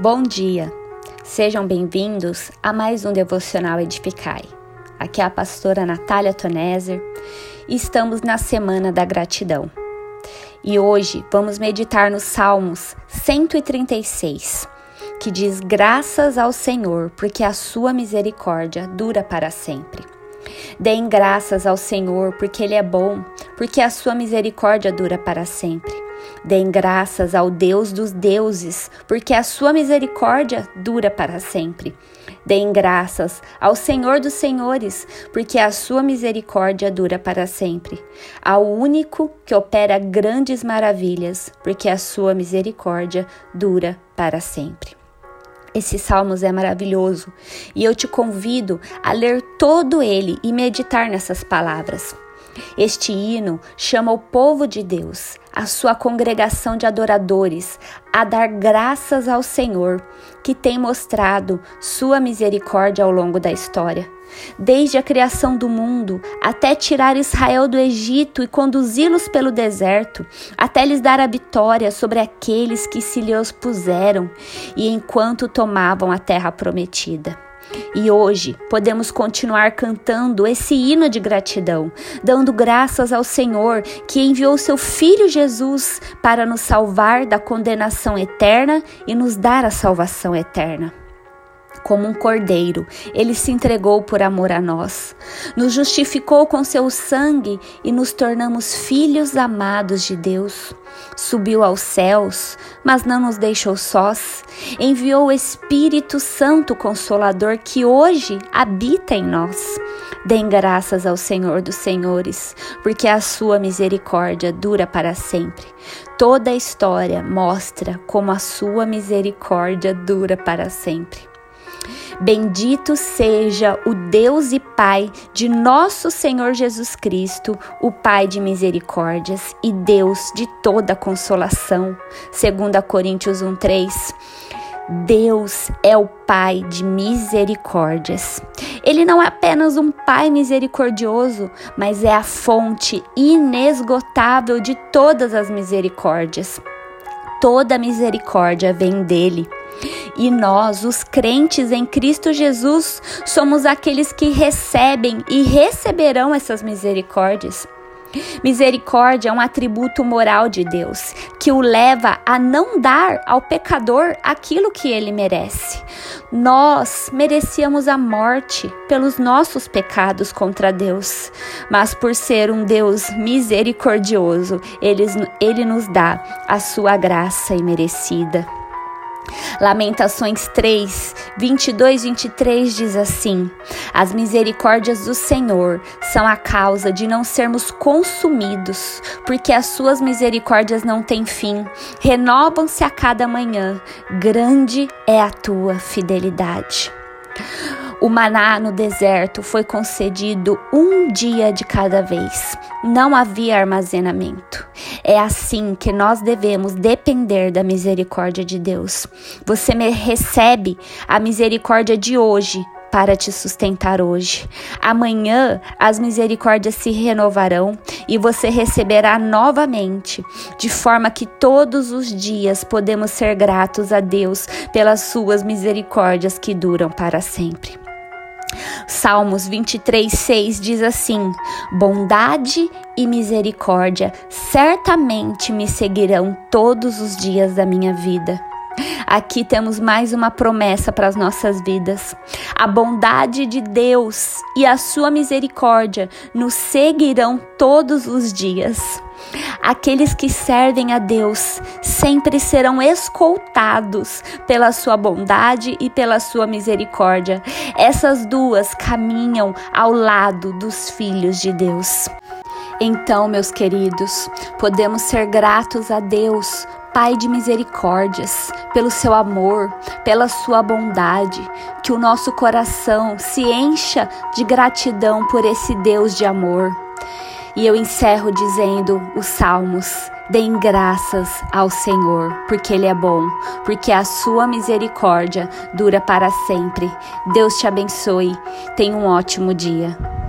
Bom dia, sejam bem-vindos a mais um Devocional Edificai. Aqui é a pastora Natália Toneser e estamos na Semana da Gratidão. E hoje vamos meditar nos Salmos 136, que diz: graças ao Senhor, porque a sua misericórdia dura para sempre. Deem graças ao Senhor, porque Ele é bom, porque a sua misericórdia dura para sempre. Deem graças ao Deus dos deuses, porque a sua misericórdia dura para sempre. Deem graças ao Senhor dos senhores, porque a sua misericórdia dura para sempre. Ao único que opera grandes maravilhas, porque a sua misericórdia dura para sempre. Esse Salmos é maravilhoso e eu te convido a ler todo ele e meditar nessas palavras. Este hino chama o povo de Deus, a sua congregação de adoradores, a dar graças ao Senhor, que tem mostrado sua misericórdia ao longo da história. Desde a criação do mundo, até tirar Israel do Egito e conduzi-los pelo deserto, até lhes dar a vitória sobre aqueles que se lhe expuseram e enquanto tomavam a terra prometida. E hoje podemos continuar cantando esse hino de gratidão, dando graças ao Senhor que enviou seu Filho Jesus para nos salvar da condenação eterna e nos dar a salvação eterna. Como um cordeiro, ele se entregou por amor a nós, nos justificou com seu sangue e nos tornamos filhos amados de Deus. Subiu aos céus, mas não nos deixou sós. Enviou o Espírito Santo Consolador que hoje habita em nós. Deem graças ao Senhor dos senhores, porque a sua misericórdia dura para sempre. Toda a história mostra como a sua misericórdia dura para sempre. Bendito seja o Deus e Pai de nosso Senhor Jesus Cristo, o Pai de misericórdias e Deus de toda consolação. 2 Coríntios 1:3. Deus é o Pai de misericórdias. Ele não é apenas um Pai misericordioso, mas é a fonte inesgotável de todas as misericórdias. Toda misericórdia vem dele. E nós, os crentes em Cristo Jesus, somos aqueles que recebem e receberão essas misericórdias. Misericórdia é um atributo moral de Deus, que o leva a não dar ao pecador aquilo que ele merece. Nós merecíamos a morte pelos nossos pecados contra Deus, mas por ser um Deus misericordioso, ele nos dá a sua graça imerecida. Lamentações 3, 22-23 diz assim: as misericórdias do Senhor são a causa de não sermos consumidos, porque as suas misericórdias não têm fim, renovam-se a cada manhã, grande é a tua fidelidade. O maná no deserto foi concedido um dia de cada vez. Não havia armazenamento. É assim que nós devemos depender da misericórdia de Deus. Você recebe a misericórdia de hoje para te sustentar hoje. Amanhã as misericórdias se renovarão e você receberá novamente, de forma que todos os dias podemos ser gratos a Deus pelas suas misericórdias que duram para sempre. Salmos 23:6 diz assim: bondade e misericórdia certamente me seguirão todos os dias da minha vida. Aqui temos mais uma promessa para as nossas vidas. A bondade de Deus e a sua misericórdia nos seguirão todos os dias. Aqueles que servem a Deus sempre serão escoltados pela sua bondade e pela sua misericórdia. Essas duas caminham ao lado dos filhos de Deus. Então, meus queridos, podemos ser gratos a Deus, Pai de misericórdias, pelo seu amor, pela sua bondade, que o nosso coração se encha de gratidão por esse Deus de amor. E eu encerro dizendo os Salmos: deem graças ao Senhor, porque Ele é bom, porque a sua misericórdia dura para sempre. Deus te abençoe. Tenha um ótimo dia.